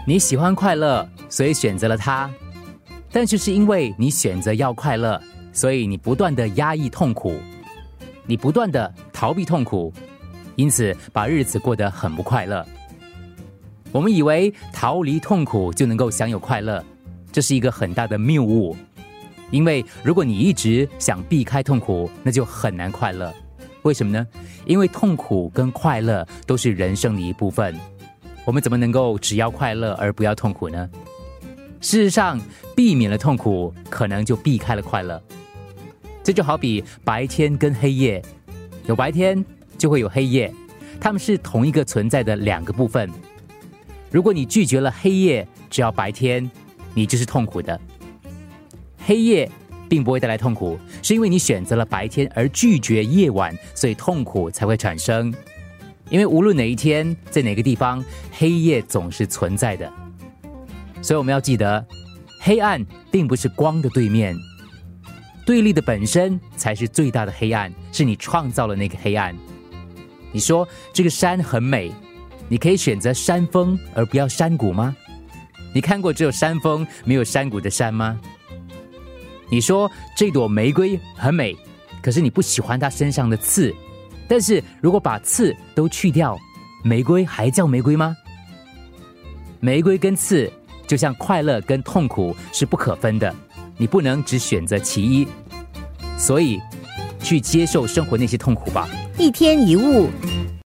你喜欢快乐，所以选择了它，但就是因为你选择要快乐，所以你不断的压抑痛苦，你不断的逃避痛苦，因此把日子过得很不快乐。我们以为逃离痛苦就能够享有快乐，这是一个很大的谬误。因为如果你一直想避开痛苦，那就很难快乐。为什么呢？因为痛苦跟快乐都是人生的一部分。我们怎么能够只要快乐而不要痛苦呢？事实上，避免了痛苦，可能就避开了快乐。这就好比白天跟黑夜，有白天就会有黑夜，它们是同一个存在的两个部分。如果你拒绝了黑夜，只要白天，你就是痛苦的。黑夜并不会带来痛苦，是因为你选择了白天而拒绝夜晚，所以痛苦才会产生。因为无论哪一天，在哪个地方，黑夜总是存在的。所以我们要记得，黑暗并不是光的对面，对立的本身才是最大的黑暗，是你创造了那个黑暗。你说这个山很美，你可以选择山峰而不要山谷吗？你看过只有山峰没有山谷的山吗？你说这朵玫瑰很美，可是你不喜欢它身上的刺，但是如果把刺都去掉，玫瑰还叫玫瑰吗？玫瑰跟刺就像快乐跟痛苦是不可分的，你不能只选择其一，所以去接受生活那些痛苦吧。 一天一物，